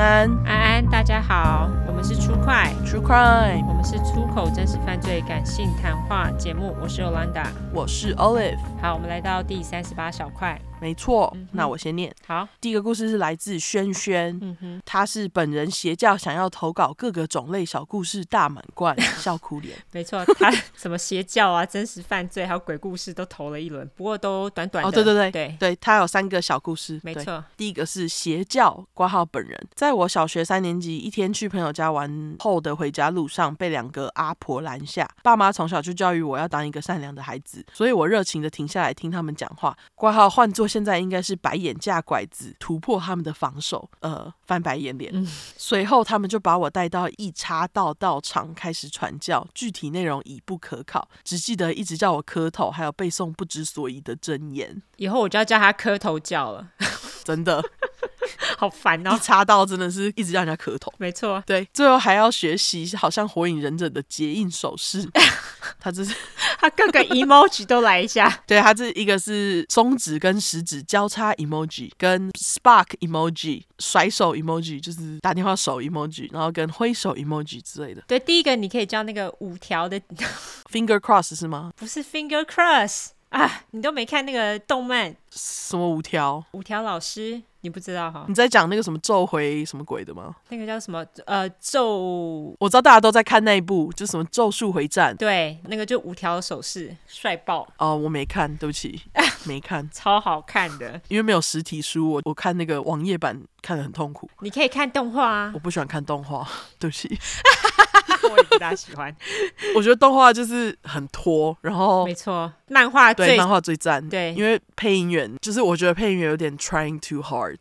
安， 安安，大家好，我们是出快 True Crime， 我们是出口真实犯罪感性谈话节目，我是 Yolanda， 我是 Olive。 好，我们来到第38小块。 没错，那我先念。 好， 第一个故事是来自轩轩，他是本人邪教想要投稿各个种类小故事大满贯，笑哭脸。 没错，他什么邪教啊、真实犯罪还有鬼故事都投了一轮，不过都短短的。 哦，对，他有3个小故事。 没错， 第一个是邪教挂号本人，在我小学3年级一天去朋友家玩后的回家路上，被2个阿婆拦下。爸妈从小就教育我要当一个善良的孩子，所以我热情的停下来听他们讲话。挂号换作现在应该是白眼架拐子，突破他们的防守，翻白眼脸。随后他们就把我带到一叉道场开始传教，具体内容已不可考，只记得一直叫我磕头，还有背诵不知所以的箴言。 以后我就要叫他磕头教了。 真的好烦哦！ 一插到真的是一直让人家磕头。 没错， 对，最后还要学习好像火影忍者的结印手势。他各个 emoji 都来一下。 对，他这一个是中指跟食指交叉 emoji， 跟 spark emoji 甩手 emoji 就是打电话手 emoji， 然后跟挥手 emoji 之类的。 对，第一个你可以叫那个5条的 finger cross 是吗？ 不是 finger cross 啊，你都没看那个动漫？ 什么5条 ？5条老师你不知道哈？ 你在讲那个什么咒回什么鬼的吗？ 那个叫什么咒？ 我知道大家都在看那一部，就什么咒术回战。 对，那个就5条手势，帅爆。 哦，我没看，对不起，没看。 超好看的， 因为没有实体书，我看那个网页版看得很痛苦。 你可以看动画啊。 我不喜欢看动画，对不起。 我也不大喜欢。 我觉得动画就是很拖，然后没错，漫画最赞。 对， 因为配音员就是我觉得配音员有点 trying too hard，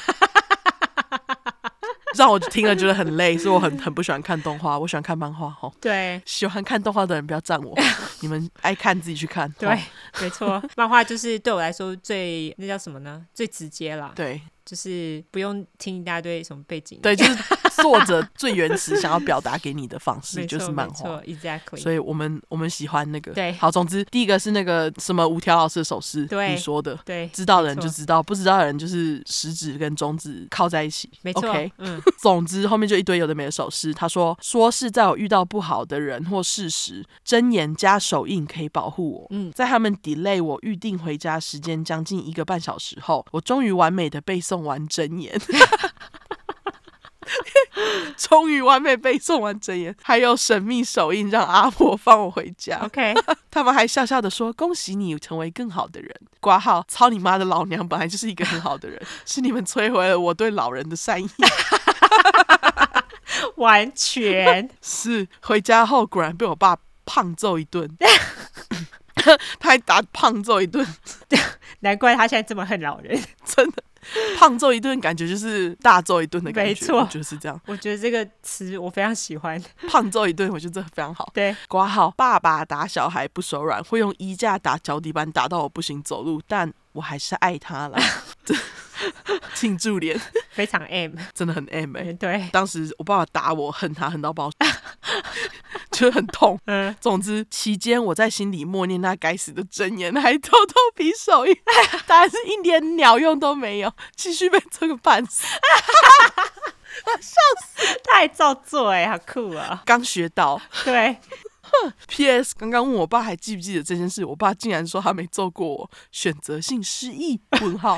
让我听了觉得很累，所以我很不喜欢看动画，我喜欢看漫画。 对， 喜欢看动画的人不要赞我，你们爱看自己去看。 对，没错，漫画就是对我来说那叫什么呢？最直接啦。 对， 就是不用听一大堆什么背景。 对，就是作者最原始想要表达给你的方式就是漫画。 没错 exactly。 所以我们喜欢那个。 对， 好，总之第一个是那个什么5条老师的手势，你说的。 对， 知道的人就知道，不知道的人就是食指跟中指靠在一起。 没错。 OK，总之后面就一堆有的没的手势。他说是在我遇到不好的人或事时，箴言加手印可以保护我。在他们 delay 我预定回家时间将近1个半小时后，我终于完美的背诵完箴言。终于完美背诵完箴言，还有神秘手印让阿婆放我回家。 OK， 他们还笑笑的说：“恭喜你成为更好的人。”括号操你妈的老娘本来就是一个很好的人，是你们摧毁了我对老人的善意。 完全是回家后果然被我爸胖揍一顿。他还打胖揍一顿， 难怪他现在这么恨老人。 真的。胖揍一顿感觉就是大揍一顿的感觉。没错，我觉得是这样。 我觉得这个词我非常喜欢。 胖揍一顿我觉得这非常好。 对， 括号爸爸打小孩不手软，会用衣架打脚底板打到我不行走路，但我还是爱他了。庆祝脸非常 M， 真的很 M。 对， 当时我爸爸打我，恨他恨到爆，就很痛。总之期间我在心里默念那该死的箴言，还偷偷比手印，当然是一点鸟用都没有，继续被这个半死。笑死， 太造作好酷啊！ 刚学到。 对。 P.S. 刚刚问我爸还记不记得这件事，我爸竟然说他没揍过我，选择性失忆。问号。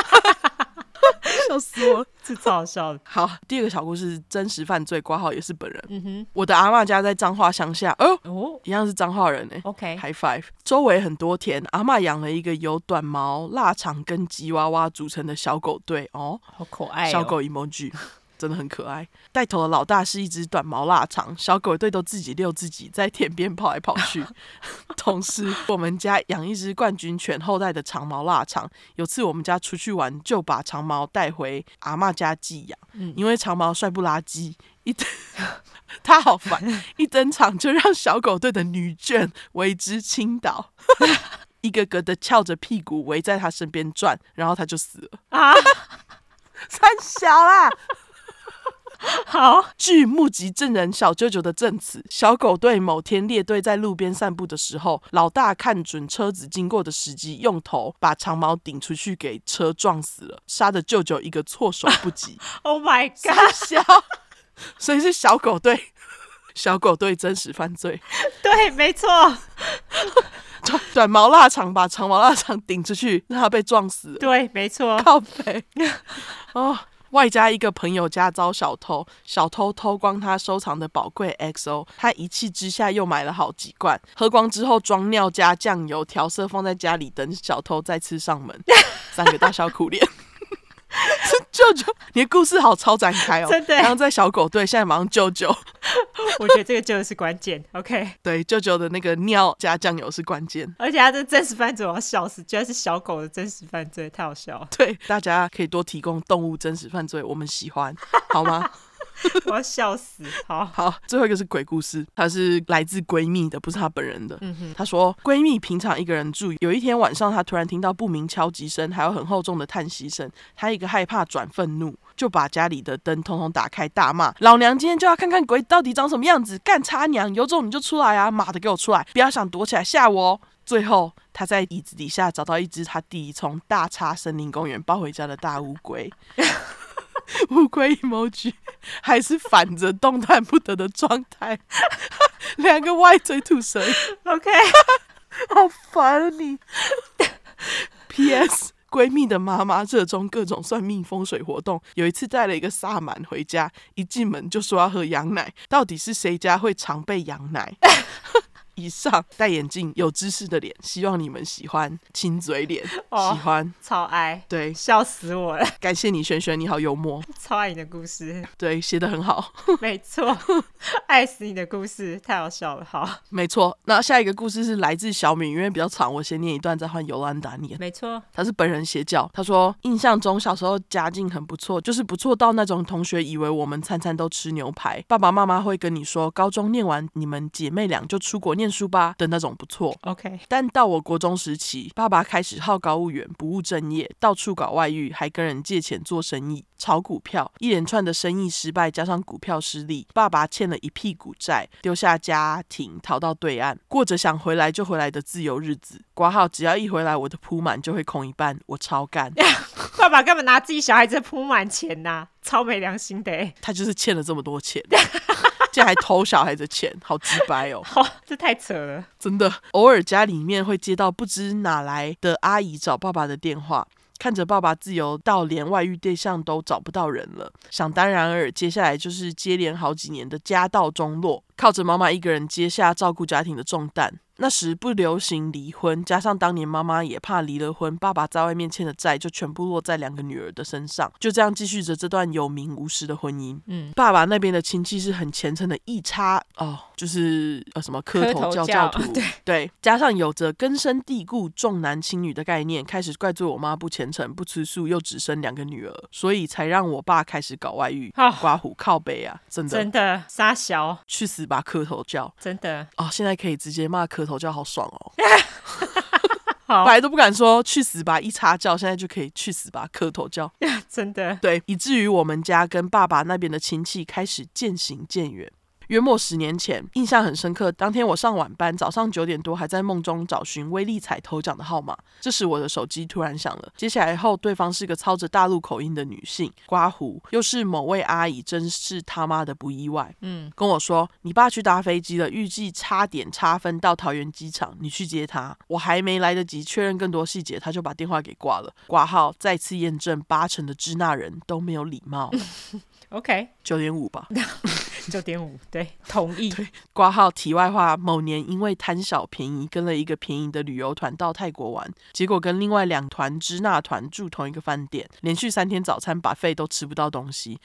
笑死我了， 这超好笑的。 好，第2个小故事真实犯罪，括号也是本人。我的阿嬷家在彰化乡下，一样是彰化人。 OK， High five。周围很多田，阿嬷养了一个由短毛、腊肠跟吉娃娃组成的小狗队。好可爱小狗 emoji。真的很可爱。带头的老大是一只短毛腊肠，小狗队都自己遛自己，在田边跑来跑去。同时我们家养一只冠军犬后代的长毛腊肠，有次我们家出去玩，就把长毛带回阿嬷家寄养。因为长毛帅不拉几，他好烦，一登场就让小狗队的女眷为之倾倒。一个个的翘着屁股围在他身边转，然后他就死了。三小啦。 好， 据目击证人小舅舅的证词，小狗队某天列队在路边散步的时候，老大看准车子经过的时机，用头把长毛顶出去给车撞死了，杀的舅舅一个措手不及。 Oh my 傻 god！ 笑，所以是小狗队，小狗队真实犯罪。 对，没错， 短毛腊肠把长毛腊肠顶出去，让他被撞死了。 对，没错。 靠北哦。外加一个朋友家遭小偷，小偷偷光他收藏的宝贵 XO， 他一气之下又买了好几罐，喝光之后装尿加酱油调色放在家里等小偷再次上门。三个大笑苦脸。舅舅，你的故事好超展开哦！ 真的， 刚刚在小狗队，现在马上舅舅。 我觉得这个就是关键。OK， 对，舅舅的那个尿加酱油是关键， 而且他这真实犯罪我要笑死，居然是小狗的真实犯罪，太好笑了。 对，大家可以多提供动物真实犯罪，我们喜欢，好吗？ 我要笑死。 好，最后一个是鬼故事，它是来自闺蜜的，不是她本人的。她说，闺蜜平常一个人住，有一天晚上，她突然听到不明敲击声，还有很厚重的叹息声，她一个害怕转愤怒，就把家里的灯统统打开，大骂：“老娘今天就要看看鬼到底长什么样子！干叉娘，有种你就出来啊！妈的，给我出来！不要想躲起来吓我哦！”最后，她在椅子底下找到一只她弟从大叉森林公园抱回家的大乌龟。乌龟 emoji 还是反着动弹不得的状态，两个歪嘴吐舌。 OK， 好烦啊你。PS， 闺蜜的妈妈热衷各种算命风水活动，有一次带了一个萨满回家，一进门就说要喝羊奶，到底是谁家会常备羊奶？以上戴眼镜有知识的脸，希望你们喜欢亲嘴脸，喜欢超爱， 对， 笑死我了。 感谢你璇璇，你好幽默， 超爱你的故事， 对，写得很好， 没错，爱死你的故事，太好笑了。好， 没错。那下一个故事是来自小敏，因为比较长，我先念一段，再换尤兰达念。 没错， 他是本人邪教，他说印象中小时候家境很不错，就是不错到那种同学以为我们餐餐都吃牛排，爸爸妈妈会跟你说高中念完你们姐妹俩就出国念书吧的那种不错。 OK， 但到我国中时期，爸爸开始好高骛远，不务正业，到处搞外遇，还跟人借钱做生意，炒股票，一连串的生意失败加上股票失利，爸爸欠了一屁股债，丢下家庭逃到对岸，过着想回来就回来的自由日子。括号只要一回来，我的铺满就会空一半，我超干。 爸爸干嘛拿自己小孩子铺满钱啊？超没良心的欸。 他就是欠了这么多钱，竟然还偷小孩的钱，好鸡掰哦！ 这太扯了。 真的，偶尔家里面会接到不知哪来的阿姨找爸爸的电话，看着爸爸自由到连外遇对象都找不到人了，想当然尔，接下来就是接连好几年的家道中落，靠着妈妈一个人接下照顾家庭的重担。那时不流行离婚，加上当年妈妈也怕离了婚，爸爸在外面欠的债就全部落在两个女儿的身上，就这样继续着这段有名无实的婚姻。爸爸那边的亲戚是很虔诚的一叉就是什么磕头教徒，对，加上有着根深蒂固重男轻女的概念，开始怪罪我妈不虔诚不吃素，又只生两个女儿，所以才让我爸开始搞外遇。刮胡靠北啊，真的傻小， 去死吧磕头教， 真的现在可以直接骂磕头教，好爽哦。本来都不敢说去死吧一叉教，现在就可以去死吧磕头教。 真的对，以至于我们家跟爸爸那边的亲戚开始渐行渐远。约莫10年前，印象很深刻。当天我上晚班，早上9点多还在梦中找寻威力彩头奖的号码。这时我的手机突然响了，接下来后对方是个操着大陆口音的女性，刮胡，又是某位阿姨，真是他妈的不意外。跟我说你爸去搭飞机了，预计差点差分到桃园机场，你去接他。我还没来得及确认更多细节，他就把电话给挂了。挂号再次验证80%的支那人都没有礼貌。 OK， 9.5吧。 9.5，对，同意。 对，挂号题外话，某年因为贪小便宜，跟了一个便宜的旅游团到泰国玩，结果跟另外2团支那团住同一个饭店，连续3天早餐 buffet 都吃不到东西。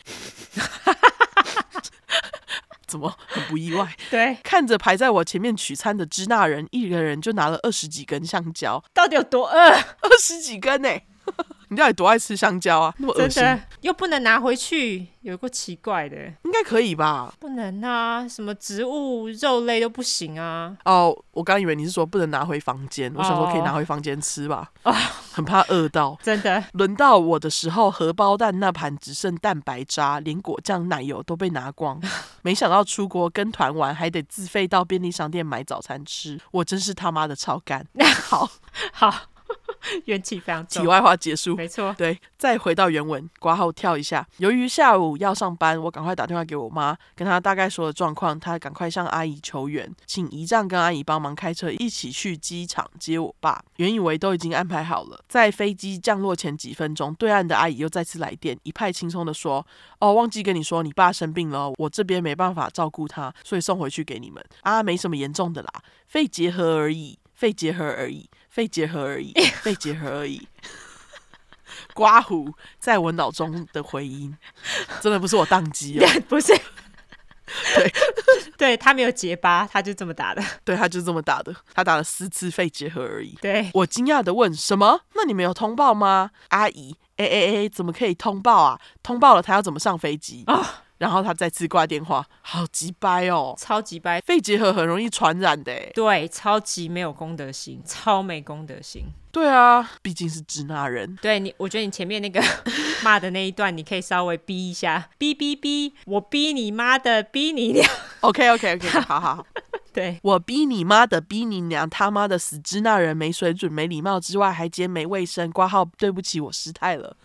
怎么很不意外？ 对， 看着排在我前面取餐的支那人，一个人就拿了20几根香蕉， 到底有多饿？ 20几根欸。 你到底多爱吃香蕉啊？那么恶心， 真的又不能拿回去，有个奇怪的。 应该可以吧？ 不能啊，什么植物肉类都不行啊。 哦，我刚以为你是说不能拿回房间，我想说可以拿回房间吃吧，很怕饿到。 真的， 轮到我的时候，荷包蛋那盘只剩蛋白渣，连果酱奶油都被拿光。没想到出国跟团玩还得自费到便利商店买早餐吃，我真是他妈的超干。好， 元气非常重。 题外话结束。 没错， 对，再回到原文，括号跳一下。由于下午要上班，我赶快打电话给我妈，跟她大概说了状况，她赶快向阿姨求援，请姨丈跟阿姨帮忙开车一起去机场接我爸。原以为都已经安排好了，在飞机降落前几分钟，对岸的阿姨又再次来电，一派轻松的说：“哦，忘记跟你说，你爸生病了，我这边没办法照顾他，所以送回去给你们。啊，没什么严重的啦，肺结核而已，肺结核而已。”肺结核而已，肺结核而已。刮胡在我脑中的回音，真的不是我宕机哦， 不是， 对， 对他没有结巴，他就这么打的。 对，他就是这么打的，他打了4次肺结核而已。 对， 我惊讶的问：什么？那你们有通报吗？阿姨，怎么可以通报啊？通报了，他要怎么上飞机？然后他再次挂电话，好鸡掰哦， 超级掰， 肺结核很容易传染的耶。 对，超级没有公德心，超没公德心。 对啊，毕竟是支那人。 对你，我觉得你前面那个骂的那一段，你可以稍微逼一下，逼，我逼你妈的，逼你娘。 OK， 好。 对， 我逼你妈的，逼你娘，他妈的死支那人，没水准、没礼貌之外，还兼没卫生。挂号，对不起，我失态了。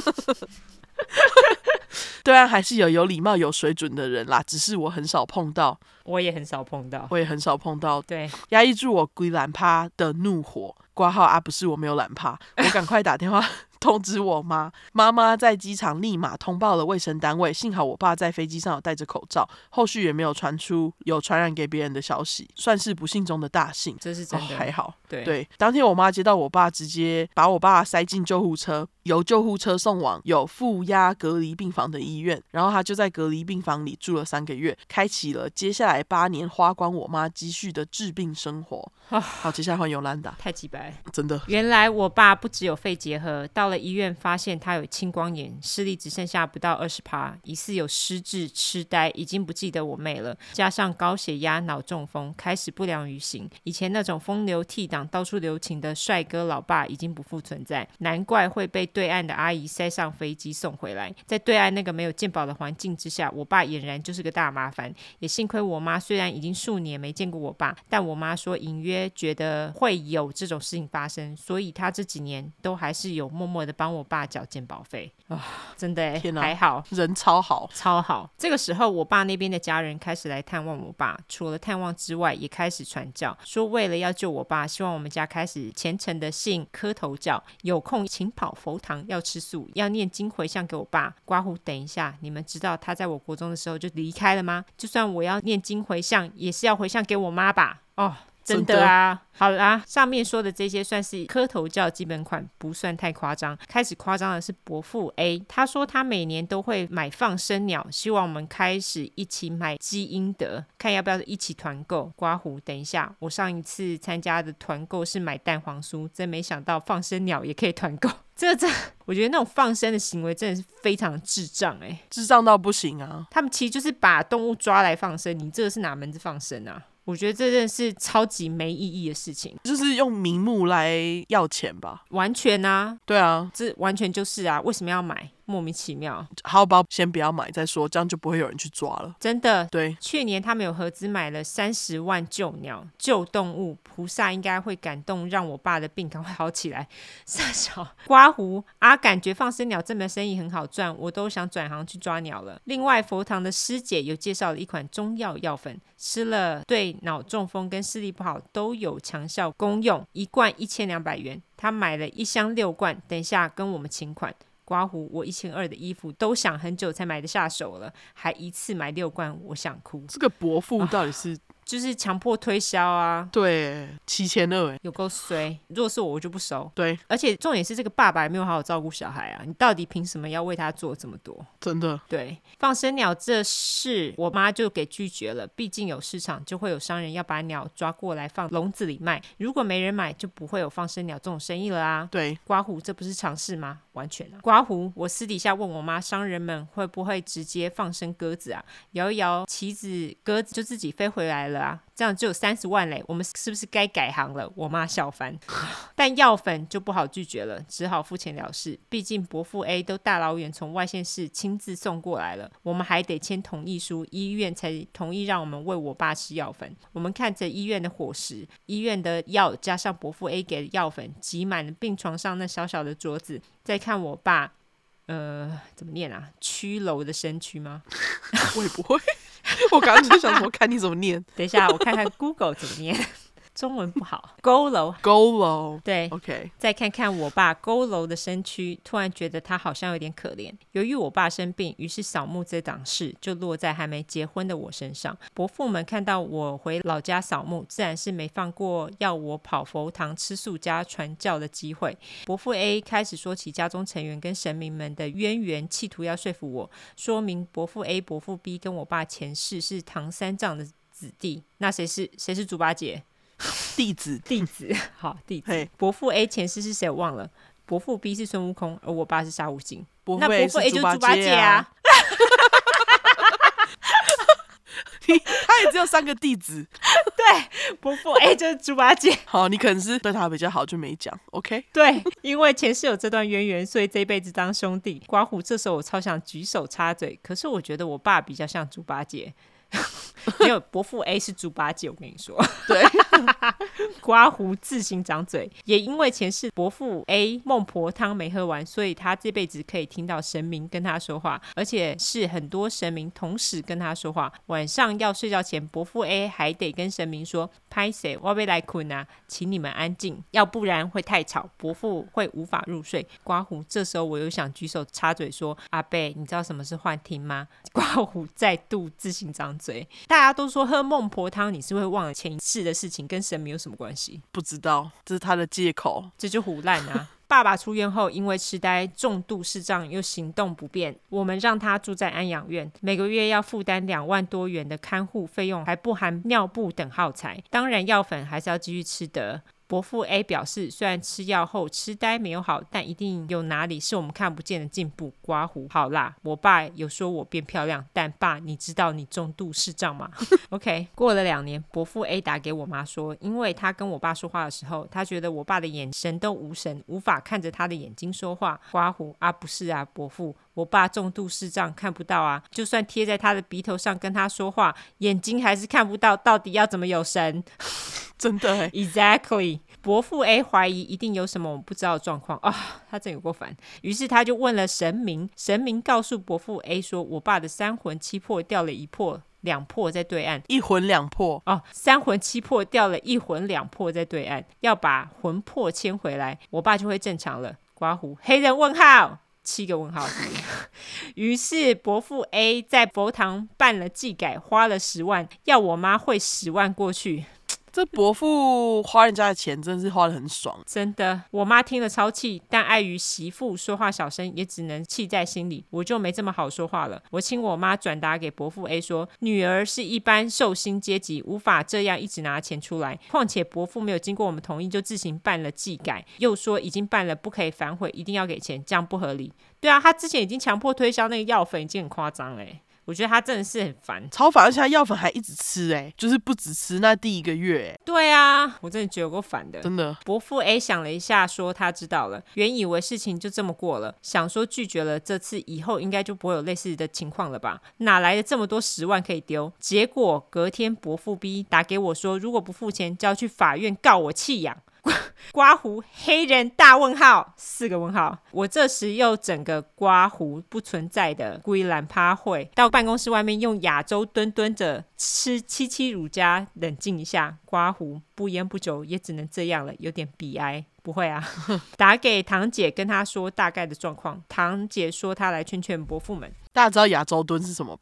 对岸还是有礼貌、有水准的人啦，只是我很少碰到， 我也很少碰到。对， 压抑住我龟懒趴的怒火。挂号啊，不是我没有懒趴，我赶快打电话通知我妈，妈妈在机场立马通报了卫生单位。幸好我爸在飞机上有戴着口罩，后续也没有传出有传染给别人的消息，算是不幸中的大幸。 这是真的， 还好。 对， 当天我妈接到我爸，直接把我爸塞进救护车，由救护车送往有负压隔离病房的医院，然后他就在隔离病房里住了3个月，开启了接下来8年花光我妈积蓄的治病生活。好，接下来换尤兰达。 太鸡掰， 真的。 原来我爸不只有肺结核，到了医院发现他有青光眼，视力只剩下不到20%，疑似有失智、痴呆，已经不记得我妹了，加上高血压、脑中风，开始不良于行。以前那种风流倜傥、到处留情的帅哥老爸已经不复存在，难怪会被对岸的阿姨塞上飞机送回来。在对岸那个没有健保的环境之下，我爸俨然就是个大麻烦。也幸亏我妈虽然已经数年没见过我爸，但我妈说隐约觉得会有这种事情发生，所以她这几年都还是有默默的帮我爸缴健保费真的耶，还好， 人超好。 这个时候我爸那边的家人开始来探望我爸，除了探望之外也开始传教，说为了要救我爸，希望我们家开始虔诚的信磕头教，有空请跑佛堂，要吃素，要念经回向给我爸。刮胡，等一下，你们知道他在我国中的时候就离开了吗？就算我要念经回向，也是要回向给我妈吧。真的啊，好啦，上面说的这些算是磕头教基本款，不算太夸张。开始夸张的是伯父 A， 他说他每年都会买放生鸟，希望我们开始一起买积阴德，看要不要一起团购。刮胡，等一下，我上一次参加的团购是买蛋黄酥，真没想到放生鸟也可以团购。我觉得那种放生的行为真的是非常智障智障到不行啊！ 他们其实就是把动物抓来放生，你这个是哪门子放生啊？我觉得这真的是超级没意义的事情， 就是用名目来要钱吧。 完全啊， 对啊， 这完全就是啊，为什么要买？莫名其妙。 好吧，先不要买再说，这样就不会有人去抓了。 真的， 对， 去年他们有合资买了30万救鸟、救动物，菩萨应该会感动，让我爸的病赶快好起来。傻小刮胡啊，感觉放生鸟这门生意很好赚，我都想转行去抓鸟了。另外，佛堂的师姐有介绍了一款中药药粉，吃了对脑中风跟视力不好都有强效功用，一罐1200元，他买了1箱6罐，等一下跟我们请款。刮胡，我1200的衣服都想很久才买得下手了，还一次买6罐，我想哭。 这个伯父到底是就是强迫推销啊。 对，7200 有够衰。如果是我就不收。 对， 而且重点是这个爸爸也没有好好照顾小孩啊，你到底凭什么要为他做这么多？ 真的。 对，放生鸟这事我妈就给拒绝了，毕竟有市场就会有商人要把鸟抓过来放笼子里卖，如果没人买就不会有放生鸟这种生意了啊。 对， 刮胡这不是常事吗？完全啊。刮胡我私底下问我妈，商人们会不会直接放生鸽子啊？摇一摇旗子，鸽子就自己飞回来了啊，这样就有30万嘞，我们是不是该改行了？我妈笑翻。但药粉就不好拒绝了，只好付钱了事，毕竟伯父 A 都大老远从外县市亲自送过来了，我们还得签同意书，医院才同意让我们喂我爸吃药粉。我们看着医院的伙食，医院的药加上伯父 A 给的药粉，挤满了病床上那小小的桌子，再看我爸怎么念啊？曲楼的身躯吗？ 我也不会。我刚刚就想说看你怎么念。 等一下我看看 Google 怎么念。中文不好，佝偻， 佝偻， 对 ，OK。 再看看我爸佝偻的身躯，突然觉得他好像有点可怜。由于我爸生病，于是扫墓这档事就落在还没结婚的我身上。伯父们看到我回老家扫墓，自然是没放过要我跑佛堂吃素加传教的机会。伯父 A 开始说起家中成员跟神明们的渊源，企图要说服我，说明伯父 A、伯父 B 跟我爸前世是唐三藏的子弟。那谁是猪八戒？ 弟子， 好，弟子。伯父 A 前世是谁我忘了，伯父 B 是孙悟空，而我爸是沙悟净。那伯父 A 就是猪八戒啊。 他也只有3个弟子。 对，伯父 A 就是猪八戒。 好，你可能是对他比较好就没讲 OK。 对，因为前世有这段渊源，所以这一辈子当兄弟。刮胡这时候我超想举手插嘴，可是我觉得我爸比较像猪八戒。没有，伯父 A 是猪八戒，我跟你说。 对。 刮胡自行长嘴，也因为前世伯父 A 孟婆汤没喝完，所以他这辈子可以听到神明跟他说话，而且是很多神明同时跟他说话。晚上要睡觉前，伯父 A 还得跟神明说：拍谁我要来困啊，请你们安静，要不然会太吵，伯父会无法入睡。刮胡这时候我又想举手插嘴说：阿伯，你知道什么是幻听吗？刮胡再度自行长嘴。大家都说喝孟婆汤你是会忘了前世的事情，跟神明有什么关系？ 不知道，这是他的借口， 这就胡乱啊。爸爸出院后，因为痴呆、重度视障又行动不便，我们让他住在安养院，每个月要负担2万多元的看护费用，还不含尿布等耗材。当然，药粉还是要继续吃的。伯父 A 表示，虽然吃药后痴呆没有好，但一定有哪里是我们看不见的进步。刮胡，好啦，我爸有说我变漂亮，但爸，你知道你重度视障吗？ OK， 过了2年，伯父 A 打给我妈说，因为他跟我爸说话的时候，他觉得我爸的眼神都无神，无法看着他的眼睛说话。刮胡啊，不是啊，伯父，我爸重度视障看不到啊，就算贴在他的鼻头上跟他说话，眼睛还是看不到，到底要怎么有神？ 真的耶。 Exactly。 伯父 A 怀疑一定有什么我们不知道的状况啊，他真有够烦。于是他就问了神明，神明告诉伯父 A 说，我爸的3魂7魄掉了1魄2魄在对岸 ，1魂2魄哦，3魂7魄掉了1魂2魄在对岸，要把魂魄牵回来，我爸就会正常了。刮胡黑人问号7个问号。于是伯父 A 在佛堂办了祭改，花了10万，要我妈汇10万过去。 这伯父花人家的钱真的是花得很爽， 真的。我妈听了超气，但碍于媳妇说话小声，也只能气在心里，我就没这么好说话了。我请我妈转达给伯父 A 说，女儿是一般寿星阶级，无法这样一直拿钱出来，况且伯父没有经过我们同意就自行办了祭改，又说已经办了不可以反悔，一定要给钱，这样不合理。对啊，他之前已经强迫推销那个药粉，已经很夸张了。我觉得他真的是很烦， 超烦，而且他药粉还一直吃，就是不只吃那第1个月。 对啊，我真的觉得有够烦的， 真的。 伯父 A 想了一下说他知道了，原以为事情就这么过了，想说拒绝了这次以后应该就不会有类似的情况了吧，哪来的这么多10万可以丢。结果隔天伯父 B 打给我说，如果不付钱就要去法院告我弃养。刮胡黑人大问号4个问号。我这时又整个刮胡不存在的归兰趴会到办公室外面用亚洲蹲着吃7乳加冷静一下。刮胡不烟不酒也只能这样了，有点悲哀。不会啊。打给堂姐跟她说大概的状况，堂姐说她来劝劝伯父们。 大家知道亚洲蹲是什么吧？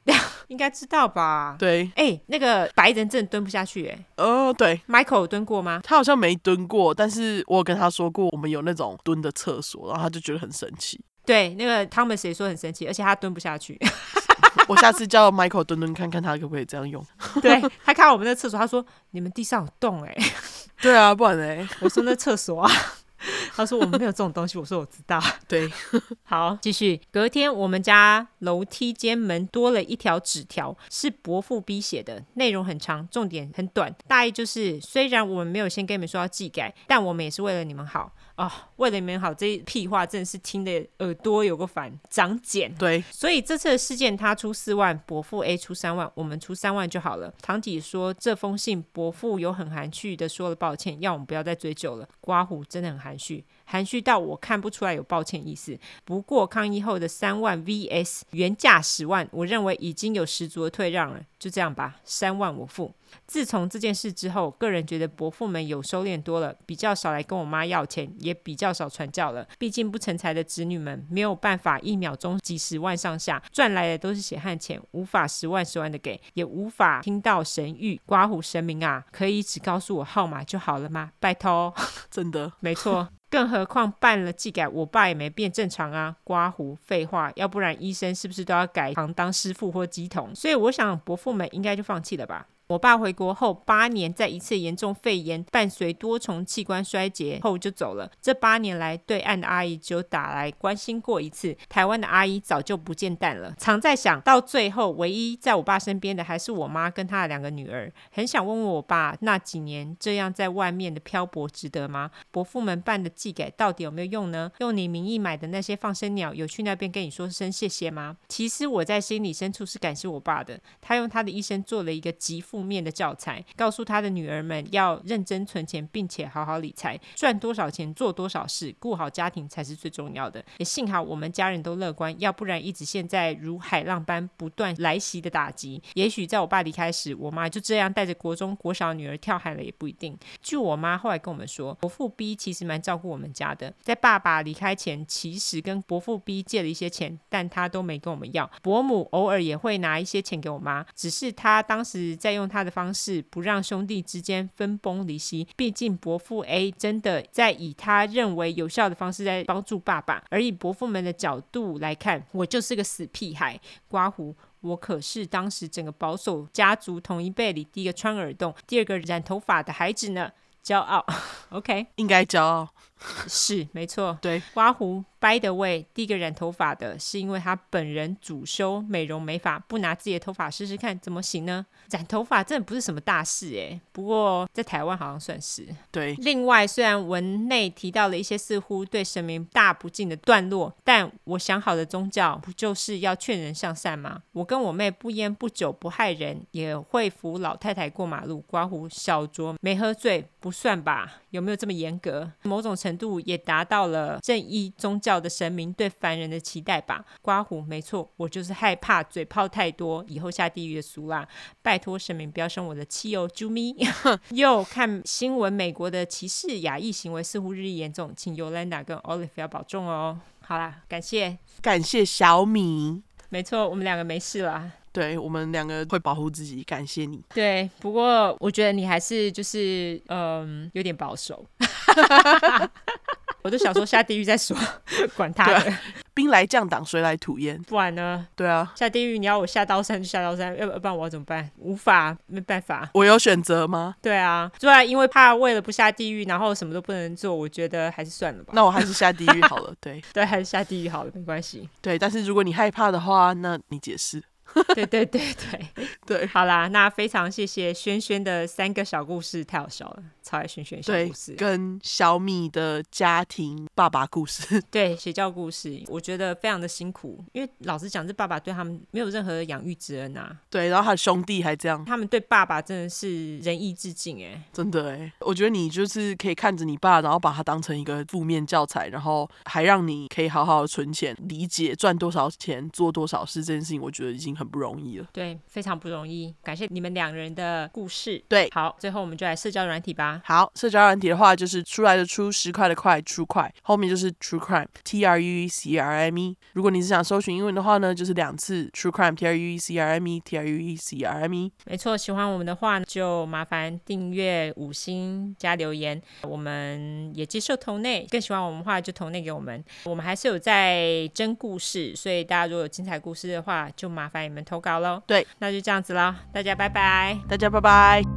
应该知道吧？ 对， 那个白人真的蹲不下去对， Michael 有蹲过吗？ 他好像没蹲过，但是我有跟他说过我们有那种蹲的厕所，然后他就觉得很生气。 对，那个汤姆斯也说很生气，而且他蹲不下去。 我下次叫 Michael 蹲蹲看看他可不可以这样用。 对，他看我们那个厕所，他说你们地上有洞对啊，不然嘞。 我说那厕所啊。他说我们没有这种东西，我说我知道。 对， 好，继续。隔天我们家楼梯间门多了一条纸条，是伯父 B 写的，内容很长，重点很短，大意就是虽然我们没有先跟你们说要技改，但我们也是为了你们好。为了你们好，这一屁话真的是听得耳朵有个烦，长茧。 对， 所以这次的事件他出4万，伯父 A 出3万，我们出3万就好了。堂姐说这封信伯父有很含蓄的说了抱歉，要我们不要再追究了。刮胡真的很含蓄，含蓄到我看不出来有抱歉意思。不过抗议后的3万 vs 原价10万，我认为已经有十足的退让了。就这样吧，3万我付。自从这件事之后，个人觉得伯父们有收敛多了，比较少来跟我妈要钱，也比较少传教了。毕竟不成才的子女们没有办法1秒钟几十万上下，赚来的都是血汗钱，无法10万10万的给，也无法听到神谕。刮胡神明啊，可以只告诉我号码就好了吗？拜托。 真的没错。更何况办了技改，我爸也没变正常啊！刮胡废话，要不然医生是不是都要改行当师傅或乩童？所以我想伯父们应该就放弃了吧。我爸回国后8年，在一次严重肺炎伴随多重器官衰竭后就走了。这8年来，对岸的阿姨只有打来关心过一次，台湾的阿姨早就不见淡了。常在想到最后，唯一在我爸身边的还是我妈跟她的2个女儿。很想问问我爸，那几年这样在外面的漂泊值得吗？伯父们办的技改到底有没有用呢？用你名义买的那些放生鸟，有去那边跟你说声谢谢吗？其实我在心里深处是感谢我爸的，他用他的一生做了一个极负面的教材，告诉他的女儿们要认真存钱，并且好好理财，赚多少钱做多少事，顾好家庭才是最重要的。也幸好我们家人都乐观，要不然一直现在如海浪般不断来袭的打击，也许在我爸离开时，我妈就这样带着国中国小女儿跳海了也不一定。据我妈后来跟我们说，伯父 B 其实蛮照顾我们家的，在爸爸离开前其实跟伯父 B 借了一些钱，但他都没跟我们要。伯母偶尔也会拿一些钱给我妈，只是他当时在用他的方式不让兄弟之间分崩离析，毕竟伯父 A 真的在以他认为有效的方式在帮助爸爸，而以伯父们的角度来看，我就是个死屁孩。刮胡，我可是当时整个保守家族同一辈里第一个穿耳洞，第2个染头发的孩子呢，骄傲。OK， 应该骄傲。 是没错。 对， 刮胡 by the way， 第一个染头发的是因为他本人主修美容美发，不拿自己的头发试试看怎么行呢？染头发真的不是什么大事不过在台湾好像算是。 对， 另外虽然文内提到了一些似乎对神明大不敬的段落，但我想好的宗教不就是要劝人向善吗？我跟我妹不烟不酒不害人，也会扶老太太过马路。刮胡，小酌没喝醉不算吧？有没有这么严格？某种程度也达到了正义宗教的神明对凡人的期待吧。刮胡，没错，我就是害怕嘴炮太多，以后下地狱的俗啦。拜托神明不要生我的气哦，啾咪。又看新闻，美国的歧视亚裔行为似乎日益严重，请 Yolanda 跟 Olive 要保重哦。好啦，感谢小米。 没错，我们2个没事啦。 对，我们2个会保护自己，感谢你。 对，不过我觉得你还是就是有点保守。我都想说下地狱再说，管他的。 兵来将挡，水来土掩。 不然呢？ 对啊， 下地狱你要我下刀山就下刀山，要不然我要怎么办？无法，没办法。 我有选择吗？ 对啊，对啊，因为怕为了不下地狱，然后什么都不能做，我觉得还是算了吧。 那我还是下地狱好了。对对，还是下地狱好了，没关系。 对，但是如果你害怕的话，那你解释。 对对对对对， 好啦，那非常谢谢轩轩的3个小故事，太好笑了，超爱轩轩小故事。 跟小米的家庭爸爸故事， 对，邪教故事，我觉得非常的辛苦，因为老实讲，这爸爸对他们没有任何的养育之恩啊。 对，然后他的兄弟还这样， 他们对爸爸真的是仁义致敬真的我觉得你就是可以看着你爸，然后把他当成一个负面教材，然后还让你可以好好的存钱，理解赚多少钱做多少事这件事情，我觉得已经很不容易了。 对，非常不容易，感谢你们2人的故事。 对， 好，最后我们就来社交软体吧。 吧。 好，社交软体的话就是出来的出，10块的块，True 块，后面就是 True Crime TRUECRME。如果你是想搜寻英文的话呢，就是2次 True Crime TRUECRME TRUECRME。 没错，喜欢我们的话就麻烦订阅、5星加留言，我们也接受投内，更喜欢我们的话就投内给我们。我们还是有在征故事，所以大家如果有精彩故事的话，就麻烦你们投稿咯。 对， 那就这样子咯，大家拜拜。 大家拜拜。